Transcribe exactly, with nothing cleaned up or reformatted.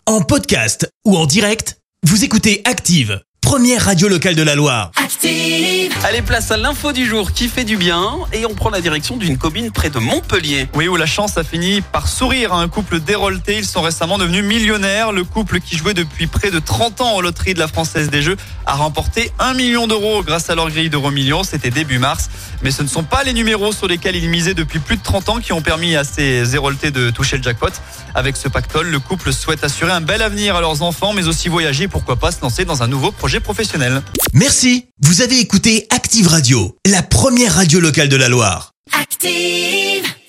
En podcast ou en direct, vous écoutez Active, première radio locale de la Loire. Active. Allez, place à l'info du jour qui fait du bien et on prend la direction d'une commune près de Montpellier. Oui, où la chance a fini par sourire à un couple d'Héraultais. Ils sont récemment devenus millionnaires. Le couple qui jouait depuis près de trente ans aux loteries de la Française des Jeux a remporté un million d'euros grâce à leur grille d'Euro Millions. C'était début mars. Mais ce ne sont pas les numéros sur lesquels ils misaient depuis plus de trente ans qui ont permis à ces Héraultais de toucher le jackpot. Avec ce pactole, le couple souhaite assurer un bel avenir à leurs enfants, mais aussi voyager et pourquoi pas se lancer dans un nouveau projet professionnel. Merci. Vous avez écouté Active Radio, la première radio locale de la Loire. Active.